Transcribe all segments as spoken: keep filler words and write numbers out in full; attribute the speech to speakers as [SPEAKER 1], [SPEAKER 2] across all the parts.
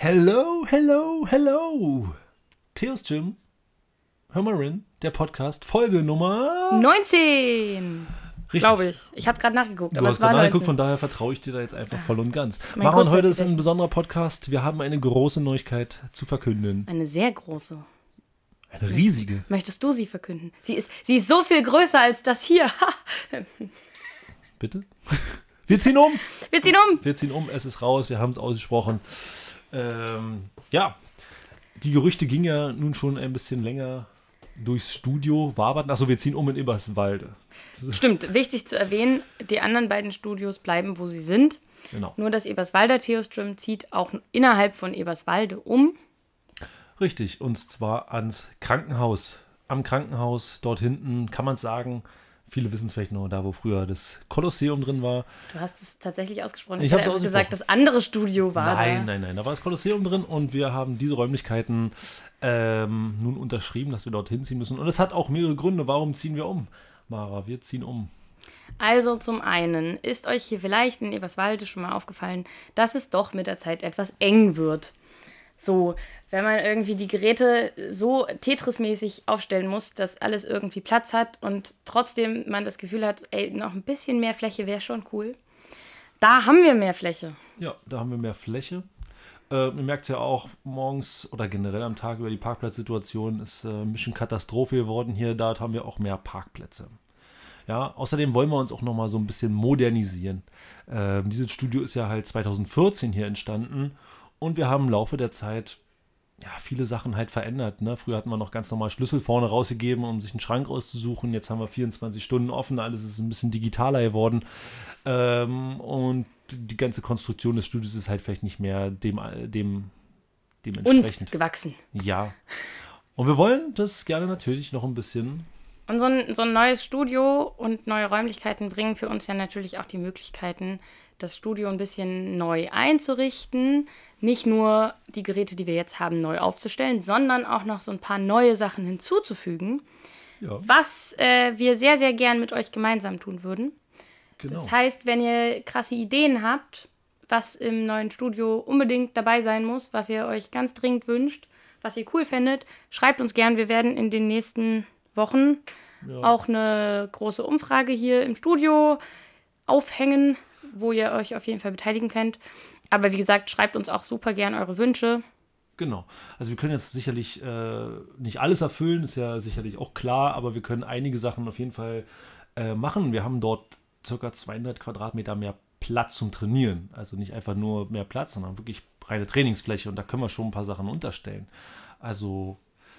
[SPEAKER 1] Hello, hello, hello. Theos Gym, hör mal rein, der Podcast, Folge Nummer
[SPEAKER 2] neunzehn. Glaube ich. Ich habe gerade nachgeguckt.
[SPEAKER 1] Du
[SPEAKER 2] aber
[SPEAKER 1] hast
[SPEAKER 2] es war
[SPEAKER 1] gerade nachgeguckt,
[SPEAKER 2] neunzehn.
[SPEAKER 1] von daher vertraue ich dir da jetzt einfach voll und ganz.
[SPEAKER 2] Mein
[SPEAKER 1] Maren, heute ist ein
[SPEAKER 2] Kurzzeitgedächtnis.
[SPEAKER 1] besonderer Podcast. Wir haben eine große Neuigkeit zu verkünden.
[SPEAKER 2] Eine sehr große.
[SPEAKER 1] Eine riesige.
[SPEAKER 2] Möchtest du sie verkünden? Sie ist, sie ist so viel größer als das hier.
[SPEAKER 1] Bitte? Wir ziehen um.
[SPEAKER 2] Wir ziehen um.
[SPEAKER 1] Wir ziehen um, es ist raus, wir haben es ausgesprochen. Ähm, ja, die Gerüchte gingen ja nun schon ein bisschen länger durchs Studio, waberten. Achso, wir ziehen um in Eberswalde.
[SPEAKER 2] Stimmt, wichtig zu erwähnen, die anderen beiden Studios bleiben, wo sie sind.
[SPEAKER 1] Genau.
[SPEAKER 2] Nur das Eberswalder Theos Gym zieht auch innerhalb von Eberswalde um.
[SPEAKER 1] Richtig, und zwar ans Krankenhaus. Am Krankenhaus, dort hinten, kann man es sagen, viele wissen es vielleicht noch, da wo früher das Kolosseum drin war.
[SPEAKER 2] Du hast es tatsächlich ausgesprochen.
[SPEAKER 1] Ich
[SPEAKER 2] Ich,
[SPEAKER 1] hab's
[SPEAKER 2] habe
[SPEAKER 1] ausgesprochen.
[SPEAKER 2] gesagt, das andere Studio war
[SPEAKER 1] Nein,
[SPEAKER 2] da.
[SPEAKER 1] nein, nein, da war das Kolosseum drin und wir haben diese Räumlichkeiten ähm, nun unterschrieben, dass wir dorthin ziehen müssen. Und es hat auch mehrere Gründe, warum ziehen wir um. Mara, wir ziehen um.
[SPEAKER 2] Also zum einen ist euch hier vielleicht in Eberswalde schon mal aufgefallen, dass es doch mit der Zeit etwas eng wird. So, wenn man irgendwie die Geräte so Tetris-mäßig aufstellen muss, dass alles irgendwie Platz hat und trotzdem man das Gefühl hat, ey, noch ein bisschen mehr Fläche wäre schon cool. Da haben wir mehr Fläche.
[SPEAKER 1] Ja, da haben wir mehr Fläche. Äh, ihr merkt es ja auch morgens oder generell am Tag über die Parkplatzsituation ist äh, ein bisschen Katastrophe geworden hier. Da haben wir auch mehr Parkplätze. Ja, außerdem wollen wir uns auch nochmal so ein bisschen modernisieren. Ähm, dieses Studio ist ja halt zwanzig vierzehn hier entstanden und wir haben im Laufe der Zeit ja, viele Sachen halt verändert. Ne? Früher hatten wir noch ganz normal Schlüssel vorne rausgegeben, um sich einen Schrank auszusuchen. Jetzt haben wir vierundzwanzig Stunden offen, alles ist ein bisschen digitaler geworden. Ähm, und die ganze Konstruktion des Studios ist halt vielleicht nicht mehr dem, dem, dementsprechend.
[SPEAKER 2] Uns gewachsen.
[SPEAKER 1] Ja. Und wir wollen das gerne natürlich noch ein bisschen.
[SPEAKER 2] Und so ein, so ein neues Studio und neue Räumlichkeiten bringen für uns ja natürlich auch die Möglichkeiten, das Studio ein bisschen neu einzurichten. Nicht nur die Geräte, die wir jetzt haben, neu aufzustellen, sondern auch noch so ein paar neue Sachen hinzuzufügen,
[SPEAKER 1] Ja,
[SPEAKER 2] was äh, wir sehr, sehr gern mit euch gemeinsam tun würden.
[SPEAKER 1] genau.
[SPEAKER 2] Das heißt, wenn ihr krasse Ideen habt, was im neuen Studio unbedingt dabei sein muss, was ihr euch ganz dringend wünscht, was ihr cool findet, schreibt uns gern. Wir werden in den nächsten Wochen
[SPEAKER 1] Ja.
[SPEAKER 2] auch eine große Umfrage hier im Studio aufhängen, wo ihr euch auf jeden Fall beteiligen könnt. Aber wie gesagt, schreibt uns auch super gern eure Wünsche.
[SPEAKER 1] Genau. Also wir können jetzt sicherlich äh, nicht alles erfüllen, ist ja sicherlich auch klar, aber wir können einige Sachen auf jeden Fall äh, machen. Wir haben dort ca. zweihundert Quadratmeter mehr Platz zum Trainieren. Also nicht einfach nur mehr Platz, sondern wirklich reine Trainingsfläche und da können wir schon ein paar Sachen unterstellen. Also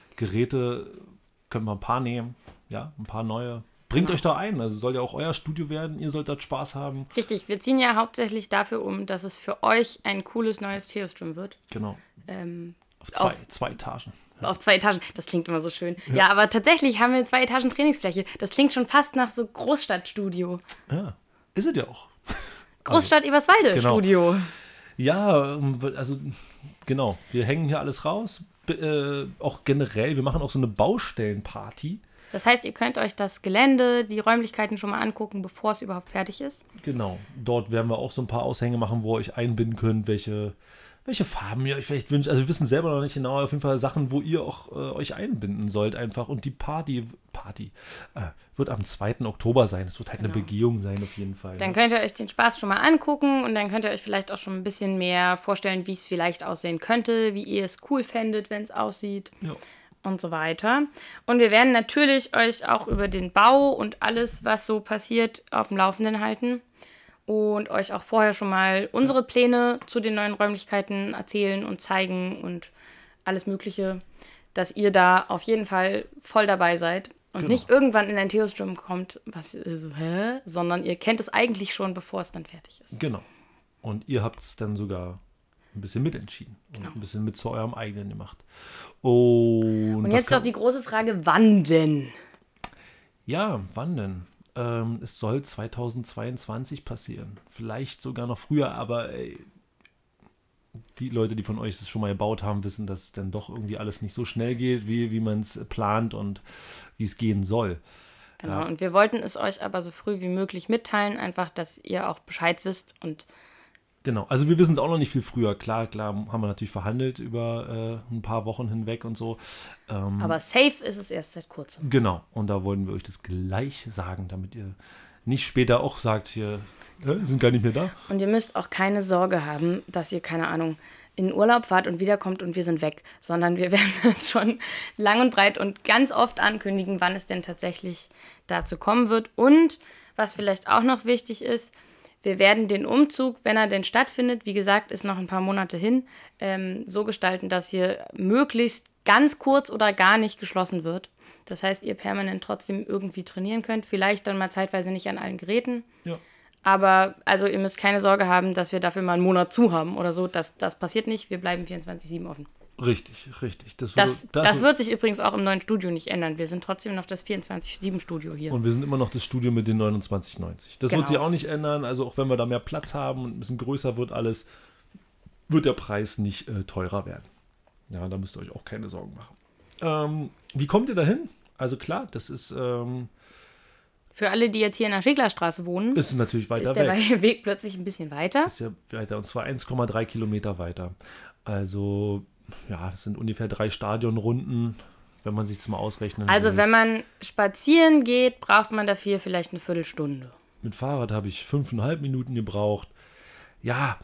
[SPEAKER 1] Geräte können wir ein paar nehmen, ja, ein paar neue. Bringt
[SPEAKER 2] Genau.
[SPEAKER 1] euch da ein, also soll ja auch euer Studio werden, ihr sollt dort Spaß haben.
[SPEAKER 2] Richtig, wir ziehen ja hauptsächlich dafür um, dass es für euch ein cooles neues Theos Gym wird.
[SPEAKER 1] Genau,
[SPEAKER 2] Ähm,
[SPEAKER 1] auf zwei,
[SPEAKER 2] Auf-
[SPEAKER 1] zwei Etagen.
[SPEAKER 2] auf zwei Etagen. Das klingt immer so schön. Ja. aber tatsächlich haben wir zwei Etagen Trainingsfläche. Das klingt schon fast nach so Großstadtstudio.
[SPEAKER 1] Ja, ist es ja auch.
[SPEAKER 2] Großstadt Eberswalde
[SPEAKER 1] Genau.
[SPEAKER 2] Studio.
[SPEAKER 1] Ja, ähm, also genau, wir hängen hier alles raus. B- äh, auch generell, wir machen auch so eine Baustellenparty.
[SPEAKER 2] Das heißt, ihr könnt euch das Gelände, die Räumlichkeiten schon mal angucken, bevor es überhaupt fertig ist.
[SPEAKER 1] Genau, dort werden wir auch so ein paar Aushänge machen, wo ihr euch einbinden könnt, welche, welche Farben ihr euch vielleicht wünscht. Also wir wissen selber noch nicht genau, auf jeden Fall Sachen, wo ihr auch äh, euch einbinden sollt einfach. Und die Party, Party äh, wird am zweiten Oktober sein. Es wird halt
[SPEAKER 2] Genau.
[SPEAKER 1] eine Begehung sein auf jeden Fall.
[SPEAKER 2] Dann
[SPEAKER 1] ne?
[SPEAKER 2] könnt ihr euch den Spaß schon mal angucken und dann könnt ihr euch vielleicht auch schon ein bisschen mehr vorstellen, wie es vielleicht aussehen könnte, wie ihr es cool fändet, wenn es aussieht.
[SPEAKER 1] Ja.
[SPEAKER 2] Und so weiter. Und wir werden natürlich euch auch über den Bau und alles, was so passiert, auf dem Laufenden halten und euch auch vorher schon mal unsere Pläne zu den neuen Räumlichkeiten erzählen und zeigen und alles Mögliche, dass ihr da auf jeden Fall voll dabei seid und
[SPEAKER 1] Genau.
[SPEAKER 2] nicht irgendwann in ein Theos Gym kommt, was ihr so, hä? Sondern ihr kennt es eigentlich schon, bevor es dann fertig ist.
[SPEAKER 1] Genau. Und ihr habt es dann sogar ein bisschen mitentschieden
[SPEAKER 2] Genau.
[SPEAKER 1] und ein bisschen mit zu eurem eigenen gemacht. Und,
[SPEAKER 2] Und
[SPEAKER 1] was
[SPEAKER 2] jetzt
[SPEAKER 1] kann-
[SPEAKER 2] doch die große Frage, wann denn?
[SPEAKER 1] Ja, wann denn? Ähm, es soll zweitausendzweiundzwanzig passieren. Vielleicht sogar noch früher, aber ey, die Leute, die von euch das schon mal gebaut haben, wissen, dass es dann doch irgendwie alles nicht so schnell geht, wie, wie man es plant und wie es gehen soll.
[SPEAKER 2] Genau,
[SPEAKER 1] Ja.
[SPEAKER 2] und wir wollten es euch aber so früh wie möglich mitteilen, einfach, dass ihr auch Bescheid wisst und
[SPEAKER 1] Genau, also wir wissen es auch noch nicht viel früher. Klar, klar haben wir natürlich verhandelt über äh, ein paar Wochen hinweg und so. Ähm,
[SPEAKER 2] Aber safe ist es erst seit kurzem.
[SPEAKER 1] Genau, und da wollen wir euch das gleich sagen, damit ihr nicht später auch sagt, hier, äh, sind gar nicht mehr da.
[SPEAKER 2] Und ihr müsst auch keine Sorge haben, dass ihr, keine Ahnung, in den Urlaub fahrt und wiederkommt und wir sind weg, sondern wir werden das schon lang und breit und ganz oft ankündigen, wann es denn tatsächlich dazu kommen wird. Und was vielleicht auch noch wichtig ist, wir werden den Umzug, wenn er denn stattfindet, wie gesagt, ist noch ein paar Monate hin, ähm, so gestalten, dass hier möglichst ganz kurz oder gar nicht geschlossen wird. Das heißt, ihr permanent trotzdem irgendwie trainieren könnt. Vielleicht dann mal zeitweise nicht an allen Geräten.
[SPEAKER 1] Ja.
[SPEAKER 2] Aber also ihr müsst keine Sorge haben, dass wir dafür mal einen Monat zu haben oder so. Das, das passiert nicht. Wir bleiben vierundzwanzig sieben offen.
[SPEAKER 1] Richtig, richtig. Das,
[SPEAKER 2] Das,
[SPEAKER 1] würde,
[SPEAKER 2] das,
[SPEAKER 1] das
[SPEAKER 2] wird sich übrigens auch im neuen Studio nicht ändern. Wir sind trotzdem noch das vierundzwanzig sieben Studio hier.
[SPEAKER 1] Und wir sind immer noch das Studio mit den neunundzwanzig neunzig. Das
[SPEAKER 2] Genau.
[SPEAKER 1] wird sich auch nicht ändern. Also auch wenn wir da mehr Platz haben und ein bisschen größer wird alles, wird der Preis nicht äh, teurer werden. Ja, da müsst ihr euch auch keine Sorgen machen. Ähm, wie kommt ihr dahin? Also klar, das ist, ähm,
[SPEAKER 2] Für alle, die jetzt hier in der Schäglerstraße wohnen,
[SPEAKER 1] ist natürlich weiter
[SPEAKER 2] ist der
[SPEAKER 1] weg.
[SPEAKER 2] Weg plötzlich ein bisschen weiter.
[SPEAKER 1] Ist ja weiter, und zwar eins Komma drei Kilometer weiter. Also, ja, das sind ungefähr drei Stadionrunden, wenn man sich das mal ausrechnen
[SPEAKER 2] Also
[SPEAKER 1] will.
[SPEAKER 2] wenn man spazieren geht, braucht man dafür vielleicht eine Viertelstunde.
[SPEAKER 1] Mit Fahrrad habe ich fünfeinhalb Minuten gebraucht. Ja,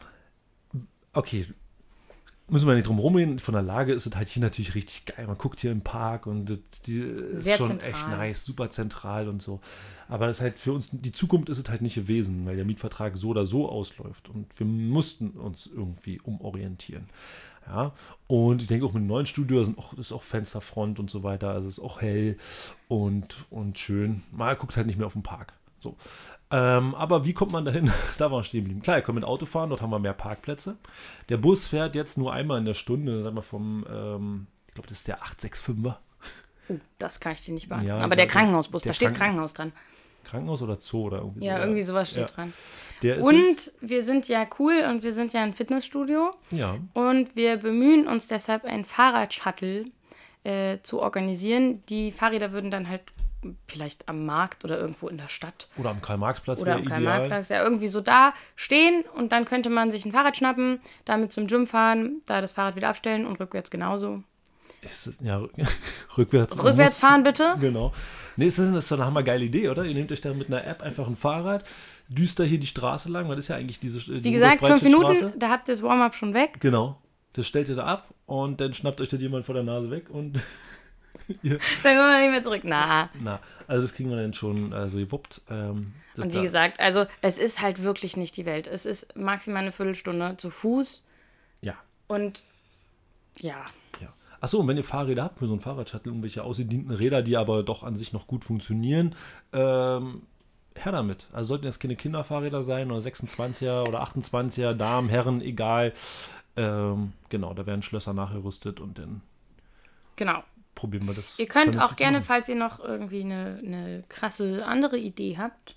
[SPEAKER 1] okay, müssen wir nicht drum rumreden. Von der Lage ist es halt hier natürlich richtig geil. Man guckt hier im Park und das, die ist
[SPEAKER 2] Sehr
[SPEAKER 1] schon
[SPEAKER 2] zentral.
[SPEAKER 1] echt nice, super zentral und so. Aber das ist halt für uns, die Zukunft ist es halt nicht gewesen, weil der Mietvertrag so oder so ausläuft. Und wir mussten uns irgendwie umorientieren. Ja, und ich denke auch mit dem neuen Studio, da sind auch, ist auch Fensterfront und so weiter. Also es ist auch hell und, und schön. Man guckt halt nicht mehr auf den Park. So. Ähm, aber wie kommt man dahin? Da war stehen geblieben. Klar, ihr könnt mit Auto fahren, dort haben wir mehr Parkplätze. Der Bus fährt jetzt nur einmal in der Stunde, sagen wir vom, ähm, ich glaube, das ist der acht sechs fünfer.
[SPEAKER 2] Oh, das kann ich dir nicht beantworten.
[SPEAKER 1] Ja,
[SPEAKER 2] Aber der
[SPEAKER 1] der-
[SPEAKER 2] Krankenhausbus,
[SPEAKER 1] der
[SPEAKER 2] da steht
[SPEAKER 1] Kranken-
[SPEAKER 2] Krankenhaus dran.
[SPEAKER 1] Krankenhaus oder Zoo oder irgendwie
[SPEAKER 2] Ja,
[SPEAKER 1] so.
[SPEAKER 2] irgendwie sowas steht
[SPEAKER 1] Ja.
[SPEAKER 2] dran.
[SPEAKER 1] Der ist
[SPEAKER 2] Und
[SPEAKER 1] es.
[SPEAKER 2] wir sind ja cool und wir sind ja ein Fitnessstudio.
[SPEAKER 1] Ja,
[SPEAKER 2] Und wir bemühen uns deshalb, einen Fahrradshuttle äh, zu organisieren. Die Fahrräder würden dann halt vielleicht am Markt oder irgendwo in der Stadt
[SPEAKER 1] oder am Karl-Marx-Platz
[SPEAKER 2] oder
[SPEAKER 1] wäre
[SPEAKER 2] am
[SPEAKER 1] ideal.
[SPEAKER 2] Karl-Marx-Platz ja irgendwie so da stehen und dann könnte man sich ein Fahrrad schnappen, damit zum Gym fahren, da das Fahrrad wieder abstellen und rückwärts genauso.
[SPEAKER 1] Ist es, ja, rück- rückwärts.
[SPEAKER 2] Rückwärts
[SPEAKER 1] muss-
[SPEAKER 2] fahren bitte.
[SPEAKER 1] Genau. Nee, das ist, das ist doch eine hammergeile Idee, oder? Ihr nehmt euch da mit einer App einfach ein Fahrrad, düst da hier die Straße lang, weil das ist ja eigentlich diese, diese
[SPEAKER 2] Wie gesagt, fünf
[SPEAKER 1] Straße.
[SPEAKER 2] Minuten, da habt ihr das Warm-up schon weg.
[SPEAKER 1] Genau. Das stellt ihr da ab und dann schnappt euch das jemand vor der Nase weg und ihr,
[SPEAKER 2] Dann kommen wir nicht mehr zurück. Na.
[SPEAKER 1] na, also das kriegen wir dann schon äh, so gewuppt. Ähm, das
[SPEAKER 2] Und wie
[SPEAKER 1] da-
[SPEAKER 2] gesagt, also es ist halt wirklich nicht die Welt. Es ist maximal eine Viertelstunde zu Fuß
[SPEAKER 1] Ja,
[SPEAKER 2] und ja.
[SPEAKER 1] ja. Achso, und wenn ihr Fahrräder habt, für so ein Fahrradshuttle, irgendwelche ausgedienten Räder, die aber doch an sich noch gut funktionieren, ähm, her damit. Also sollten jetzt keine Kinderfahrräder sein oder sechsundzwanziger oder achtundzwanziger, Damen, Herren, egal. Ähm, genau, da werden Schlösser nachgerüstet und dann
[SPEAKER 2] Genau.
[SPEAKER 1] probieren wir das.
[SPEAKER 2] Ihr könnt
[SPEAKER 1] vernünftig
[SPEAKER 2] auch
[SPEAKER 1] zu
[SPEAKER 2] gerne,
[SPEAKER 1] machen.
[SPEAKER 2] falls ihr noch irgendwie eine, eine krasse andere Idee habt,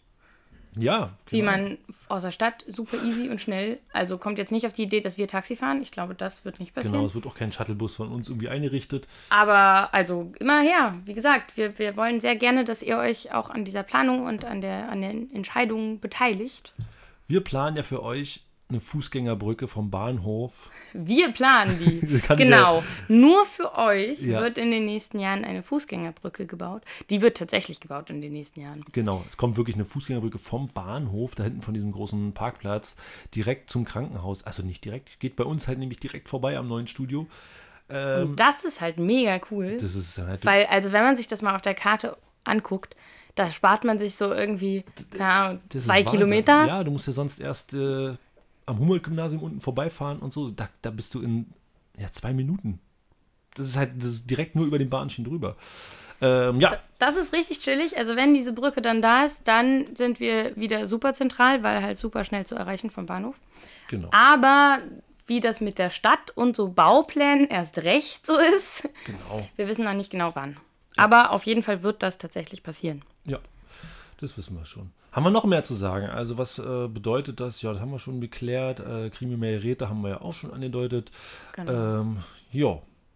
[SPEAKER 1] Ja,
[SPEAKER 2] wie
[SPEAKER 1] genau.
[SPEAKER 2] man aus der Stadt super easy und schnell, also kommt jetzt nicht auf die Idee, dass wir Taxi fahren. Ich glaube, das wird nicht passieren.
[SPEAKER 1] Genau, es wird auch kein Shuttlebus von uns irgendwie eingerichtet.
[SPEAKER 2] Aber also immer her, wie gesagt, wir, wir wollen sehr gerne, dass ihr euch auch an dieser Planung und an, der, an den Entscheidungen beteiligt.
[SPEAKER 1] Wir planen ja für euch eine Fußgängerbrücke vom Bahnhof.
[SPEAKER 2] Wir planen die.
[SPEAKER 1] Kann ich
[SPEAKER 2] Genau. Nur für euch
[SPEAKER 1] Ja.
[SPEAKER 2] wird in den nächsten Jahren eine Fußgängerbrücke gebaut. Die wird tatsächlich gebaut in den nächsten Jahren.
[SPEAKER 1] Genau, es kommt wirklich eine Fußgängerbrücke vom Bahnhof, da hinten von diesem großen Parkplatz, direkt zum Krankenhaus. Also nicht direkt, geht bei uns halt nämlich direkt vorbei am neuen Studio. Ähm,
[SPEAKER 2] Und das ist halt mega cool.
[SPEAKER 1] das ist halt,
[SPEAKER 2] Weil, also wenn man sich das mal auf der Karte anguckt, da spart man sich so irgendwie, keine Ahnung,
[SPEAKER 1] das ist
[SPEAKER 2] zwei
[SPEAKER 1] Wahnsinn.
[SPEAKER 2] Kilometer.
[SPEAKER 1] Ja, du musst ja sonst erst äh, am Humboldt-Gymnasium unten vorbeifahren und so. Da, da bist du in ja, zwei Minuten. Das ist halt das ist direkt nur über den Bahnschienen drüber. Ähm, ja,
[SPEAKER 2] Das ist richtig chillig. Also wenn diese Brücke dann da ist, dann sind wir wieder super zentral, weil halt super schnell zu erreichen vom Bahnhof.
[SPEAKER 1] genau.
[SPEAKER 2] Aber wie das mit der Stadt und so Bauplänen erst recht so ist,
[SPEAKER 1] Genau.
[SPEAKER 2] wir wissen noch nicht genau wann. Aber auf jeden Fall wird das tatsächlich passieren.
[SPEAKER 1] Ja, das wissen wir schon. Haben wir noch mehr zu sagen? Also was äh, bedeutet das? Ja, das haben wir schon geklärt. Äh, kriegen wir mehr Geräte, haben wir ja auch schon angedeutet.
[SPEAKER 2] Genau.
[SPEAKER 1] Ähm, ja,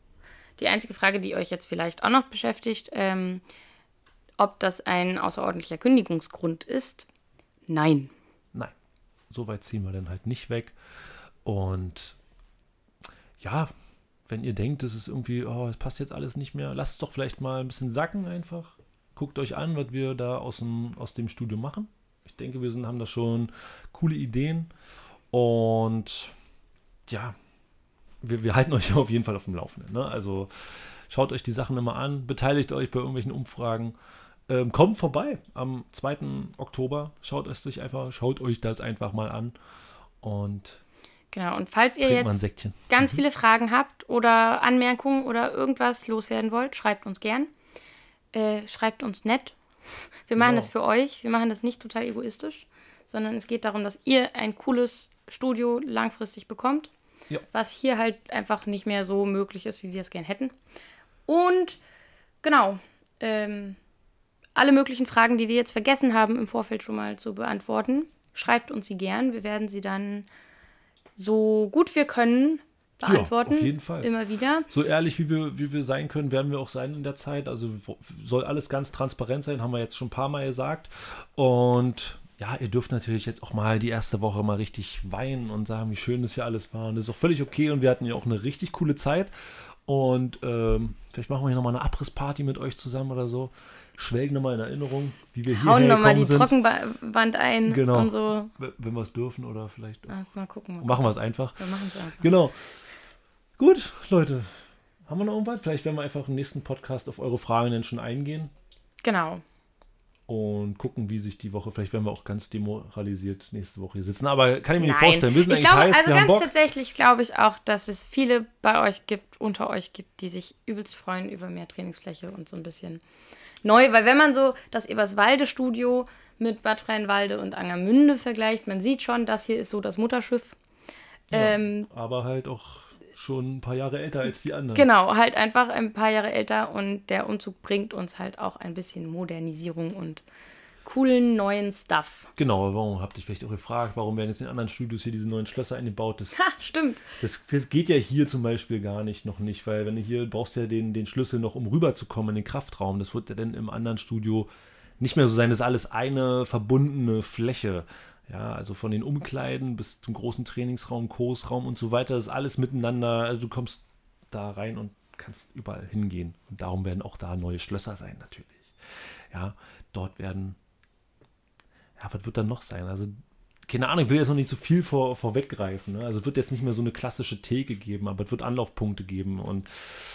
[SPEAKER 2] Die einzige Frage, die euch jetzt vielleicht auch noch beschäftigt, ähm, ob das ein außerordentlicher Kündigungsgrund ist. Nein.
[SPEAKER 1] nein. so weit ziehen wir dann halt nicht weg. Und ja, wenn ihr denkt, es ist irgendwie, oh, es passt jetzt alles nicht mehr, lasst es doch vielleicht mal ein bisschen sacken einfach. Guckt euch an, was wir da aus dem, aus dem Studio machen. Ich denke, wir sind, haben da schon coole Ideen. Und ja, wir, wir halten euch auf jeden Fall auf dem Laufenden. Ne? Also schaut euch die Sachen immer an, beteiligt euch bei irgendwelchen Umfragen. Ähm, kommt vorbei am zweiten Oktober. Schaut es euch einfach, schaut euch das einfach mal an. Und
[SPEAKER 2] genau, und falls ihr jetzt ganz mhm. viele Fragen habt oder Anmerkungen oder irgendwas loswerden wollt, schreibt uns gern. Äh, schreibt uns nett. Wir machen genau. das für euch. Wir machen das nicht total egoistisch, sondern es geht darum, dass ihr ein cooles Studio langfristig bekommt, ja. was hier halt einfach nicht mehr so möglich ist, wie wir es gern hätten. Und genau, ähm, alle möglichen Fragen, die wir jetzt vergessen haben, im Vorfeld schon mal zu beantworten, schreibt uns sie gern. Wir werden sie dann so gut wir können beantworten.
[SPEAKER 1] Ja, auf jeden Fall.
[SPEAKER 2] Immer wieder.
[SPEAKER 1] So ehrlich, wie wir, wie wir sein können, werden wir auch sein in der Zeit. Also soll alles ganz transparent sein, haben wir jetzt schon ein paar Mal gesagt. Und ja, ihr dürft natürlich jetzt auch mal die erste Woche mal richtig weinen und sagen, wie schön das hier alles war. Und das ist auch völlig okay. Und wir hatten ja auch eine richtig coole Zeit. Und ähm, vielleicht machen wir hier nochmal eine Abrissparty mit euch zusammen oder so. Schwelgen nochmal in Erinnerung, wie wir hier
[SPEAKER 2] Hauen nochmal die
[SPEAKER 1] sind.
[SPEAKER 2] Trockenwand ein
[SPEAKER 1] genau.
[SPEAKER 2] und so.
[SPEAKER 1] Wenn wir es dürfen oder vielleicht.
[SPEAKER 2] Ach, mal gucken. Mal
[SPEAKER 1] machen wir es einfach.
[SPEAKER 2] Wir machen es einfach.
[SPEAKER 1] Genau. Gut, Leute. Haben wir noch irgendwas? Vielleicht werden wir einfach im nächsten Podcast auf eure Fragen dann schon eingehen.
[SPEAKER 2] Genau.
[SPEAKER 1] Und gucken, wie sich die Woche, vielleicht werden wir auch ganz demoralisiert nächste Woche hier sitzen. Aber kann ich mir
[SPEAKER 2] Nein.
[SPEAKER 1] nicht vorstellen. Wir sind
[SPEAKER 2] ich
[SPEAKER 1] eigentlich
[SPEAKER 2] glaube,
[SPEAKER 1] heiß,
[SPEAKER 2] also
[SPEAKER 1] wir
[SPEAKER 2] ganz
[SPEAKER 1] haben Bock.
[SPEAKER 2] tatsächlich glaube ich auch, dass es viele bei euch gibt, unter euch gibt, die sich übelst freuen über mehr Trainingsfläche und so ein bisschen neu. Weil wenn man so das Eberswalde-Studio mit Bad Freienwalde und Angermünde vergleicht, man sieht schon, das hier ist so das Mutterschiff.
[SPEAKER 1] Ja,
[SPEAKER 2] ähm,
[SPEAKER 1] aber halt auch schon ein paar Jahre älter als die anderen.
[SPEAKER 2] Genau, halt einfach ein paar Jahre älter und der Umzug bringt uns halt auch ein bisschen Modernisierung und coolen neuen Stuff.
[SPEAKER 1] Genau, warum habt ihr vielleicht auch gefragt, warum werden jetzt in anderen Studios hier diese neuen Schlösser eingebaut? Das,
[SPEAKER 2] ha, stimmt.
[SPEAKER 1] Das, das geht ja hier zum Beispiel gar nicht, noch nicht, weil wenn du hier brauchst du ja den, den Schlüssel noch, um rüberzukommen in den Kraftraum. Das wird ja dann im anderen Studio nicht mehr so sein, das ist alles eine verbundene Fläche. Ja, also von den Umkleiden bis zum großen Trainingsraum, Kursraum und so weiter, das ist alles miteinander, also du kommst da rein und kannst überall hingehen. Und darum werden auch da neue Schlösser sein, natürlich. Ja, dort werden, ja, was wird dann noch sein? Also, keine Ahnung, ich will jetzt noch nicht so viel vor, vorweggreifen. Ne? Also, es wird jetzt nicht mehr so eine klassische Theke geben, aber es wird Anlaufpunkte geben und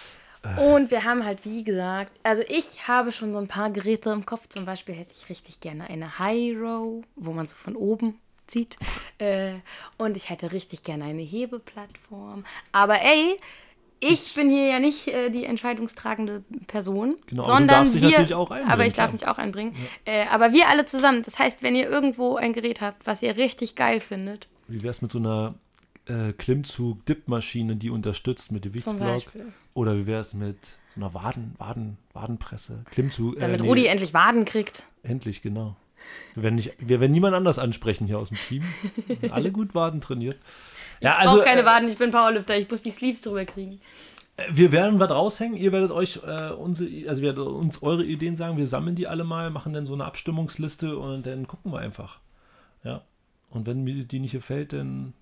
[SPEAKER 2] Und wir haben halt, wie gesagt, also ich habe schon so ein paar Geräte im Kopf. Zum Beispiel hätte ich richtig gerne eine High Row, wo man so von oben zieht. Äh, und ich hätte richtig gerne eine Hebeplattform. Aber ey, ich bin hier ja nicht äh, die entscheidungstragende Person.
[SPEAKER 1] Genau,
[SPEAKER 2] sondern
[SPEAKER 1] aber du darfst dich
[SPEAKER 2] wir,
[SPEAKER 1] natürlich auch einbringen.
[SPEAKER 2] Aber ich darf mich auch einbringen. Ja. Äh, aber wir alle zusammen. Das heißt, wenn ihr irgendwo ein Gerät habt, was ihr richtig geil findet.
[SPEAKER 1] Wie wär's mit so einer äh, Klimmzug-Dip-Maschine, die unterstützt mit Gewichtsblock? Oder wie wäre es mit so einer Waden, Waden, Wadenpresse, Klimmzug?
[SPEAKER 2] Damit
[SPEAKER 1] äh, nee,
[SPEAKER 2] Rudi endlich Waden kriegt.
[SPEAKER 1] Endlich, genau. Wir werden, nicht, wir werden niemand anders ansprechen hier aus dem Team. Alle gut Waden trainiert.
[SPEAKER 2] Ich ja, also, brauche keine äh, Waden, ich bin Powerlifter, ich muss die Sleeves drüber kriegen.
[SPEAKER 1] Wir werden was raushängen, ihr werdet euch äh, unsere, also werdet uns eure Ideen sagen, wir sammeln die alle mal, machen dann so eine Abstimmungsliste und dann gucken wir einfach. Ja. Und wenn mir die nicht gefällt, dann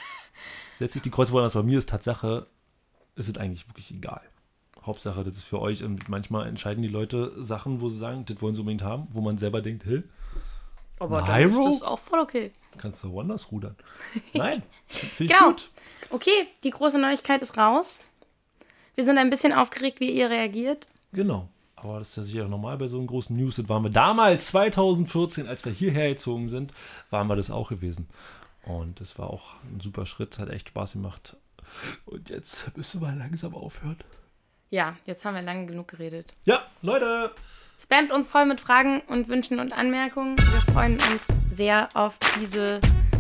[SPEAKER 1] setze ich die Kreuze woanders. Bei mir ist Tatsache, ist es eigentlich wirklich egal. Hauptsache, das ist für euch. Und manchmal entscheiden die Leute Sachen, wo sie sagen, das wollen sie unbedingt haben, wo man selber denkt, hä?
[SPEAKER 2] Aber dann ist das auch voll okay.
[SPEAKER 1] Kannst du woanders rudern. Nein, finde ich
[SPEAKER 2] genau.
[SPEAKER 1] gut.
[SPEAKER 2] Okay, die große Neuigkeit ist raus. Wir sind ein bisschen aufgeregt, wie ihr reagiert.
[SPEAKER 1] Genau. Aber das ist ja sicher normal bei so einem großen News. Das waren wir damals, zwanzig vierzehn, als wir hierher gezogen sind, waren wir das auch gewesen. Und das war auch ein super Schritt, hat echt Spaß gemacht. Und jetzt müssen wir langsam aufhören.
[SPEAKER 2] Ja, jetzt haben wir lange genug geredet.
[SPEAKER 1] Ja, Leute!
[SPEAKER 2] Spamt uns voll mit Fragen und Wünschen und Anmerkungen. Wir freuen uns sehr auf diese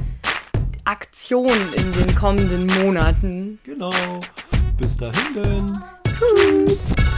[SPEAKER 2] Aktion in den kommenden Monaten.
[SPEAKER 1] Genau. Bis dahin denn.
[SPEAKER 2] Tschüss.